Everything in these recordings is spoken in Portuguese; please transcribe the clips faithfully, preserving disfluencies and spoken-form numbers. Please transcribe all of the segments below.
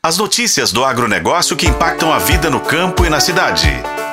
As notícias do agronegócio que impactam a vida no campo e na cidade.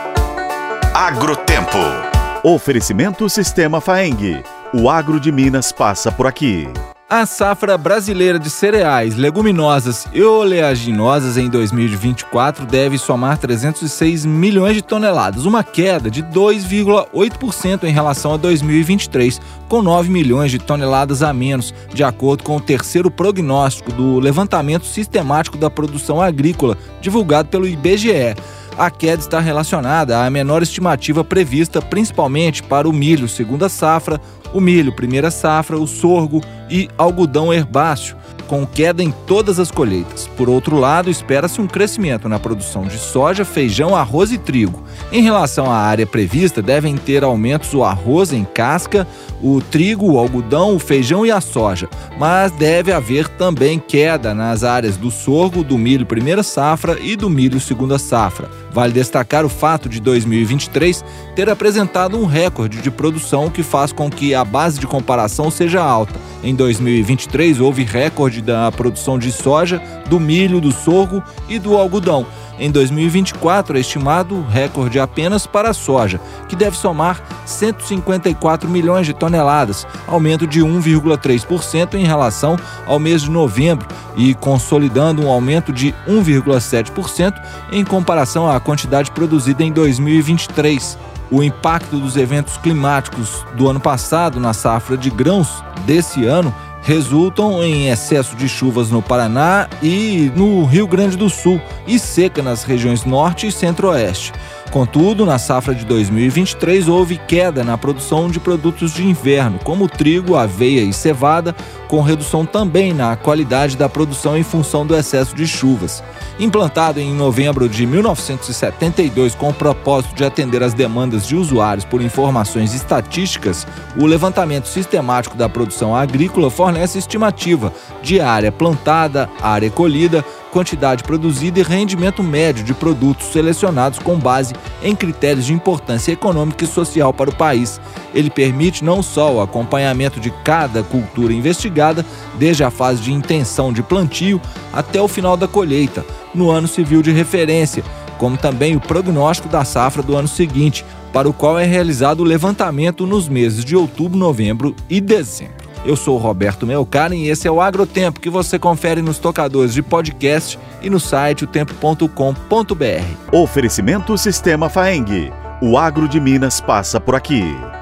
Agrotempo. Oferecimento Sistema Faeng. O agro de Minas passa por aqui. A safra brasileira de cereais, leguminosas e oleaginosas em dois mil e vinte e quatro deve somar trezentos e seis milhões de toneladas, uma queda de dois vírgula oito por cento em relação a dois mil e vinte e três, com nove milhões de toneladas a menos, de acordo com o terceiro prognóstico do Levantamento Sistemático da Produção Agrícola, divulgado pelo I B G E. A queda está relacionada à menor estimativa prevista principalmente para o milho segunda safra, o milho primeira safra, o sorgo e algodão herbáceo, com queda em todas as colheitas. Por outro lado, espera-se um crescimento na produção de soja, feijão, arroz e trigo. Em relação à área prevista, devem ter aumentos o arroz em casca, o trigo, o algodão, o feijão e a soja, mas deve haver também queda nas áreas do sorgo, do milho primeira safra e do milho segunda safra. Vale destacar o fato de dois mil e vinte e três ter apresentado um recorde de produção, o que faz com que a base de comparação seja alta. Em dois mil e vinte e três houve recorde da produção de soja, do milho, do sorgo e do algodão. Em dois mil e vinte e quatro é estimado recorde apenas para a soja, que deve somar cento e cinquenta e quatro milhões de toneladas, aumento de um vírgula três por cento em relação ao mês de novembro e consolidando um aumento de um vírgula sete por cento em comparação à quantidade produzida em dois mil e vinte e três. O impacto dos eventos climáticos do ano passado na safra de grãos desse ano resultam em excesso de chuvas no Paraná e no Rio Grande do Sul e seca nas regiões norte e centro-oeste. Contudo, na safra de dois mil e vinte e três houve queda na produção de produtos de inverno, como trigo, aveia e cevada, com redução também na qualidade da produção em função do excesso de chuvas. Implantado em novembro de mil novecentos e setenta e dois com o propósito de atender às demandas de usuários por informações estatísticas, o levantamento sistemático da produção agrícola fornece estimativa de área plantada, área colhida, quantidade produzida e rendimento médio de produtos selecionados com base em critérios de importância econômica e social para o país. Ele permite não só o acompanhamento de cada cultura investigada, desde a fase de intenção de plantio até o final da colheita, no ano civil de referência, como também o prognóstico da safra do ano seguinte, para o qual é realizado o levantamento nos meses de outubro, novembro e dezembro. Eu sou o Roberto Melcaren e esse é o Agrotempo, que você confere nos tocadores de podcast e no site o tempo ponto com ponto b r. Oferecimento Sistema Faeng. O agro de Minas passa por aqui.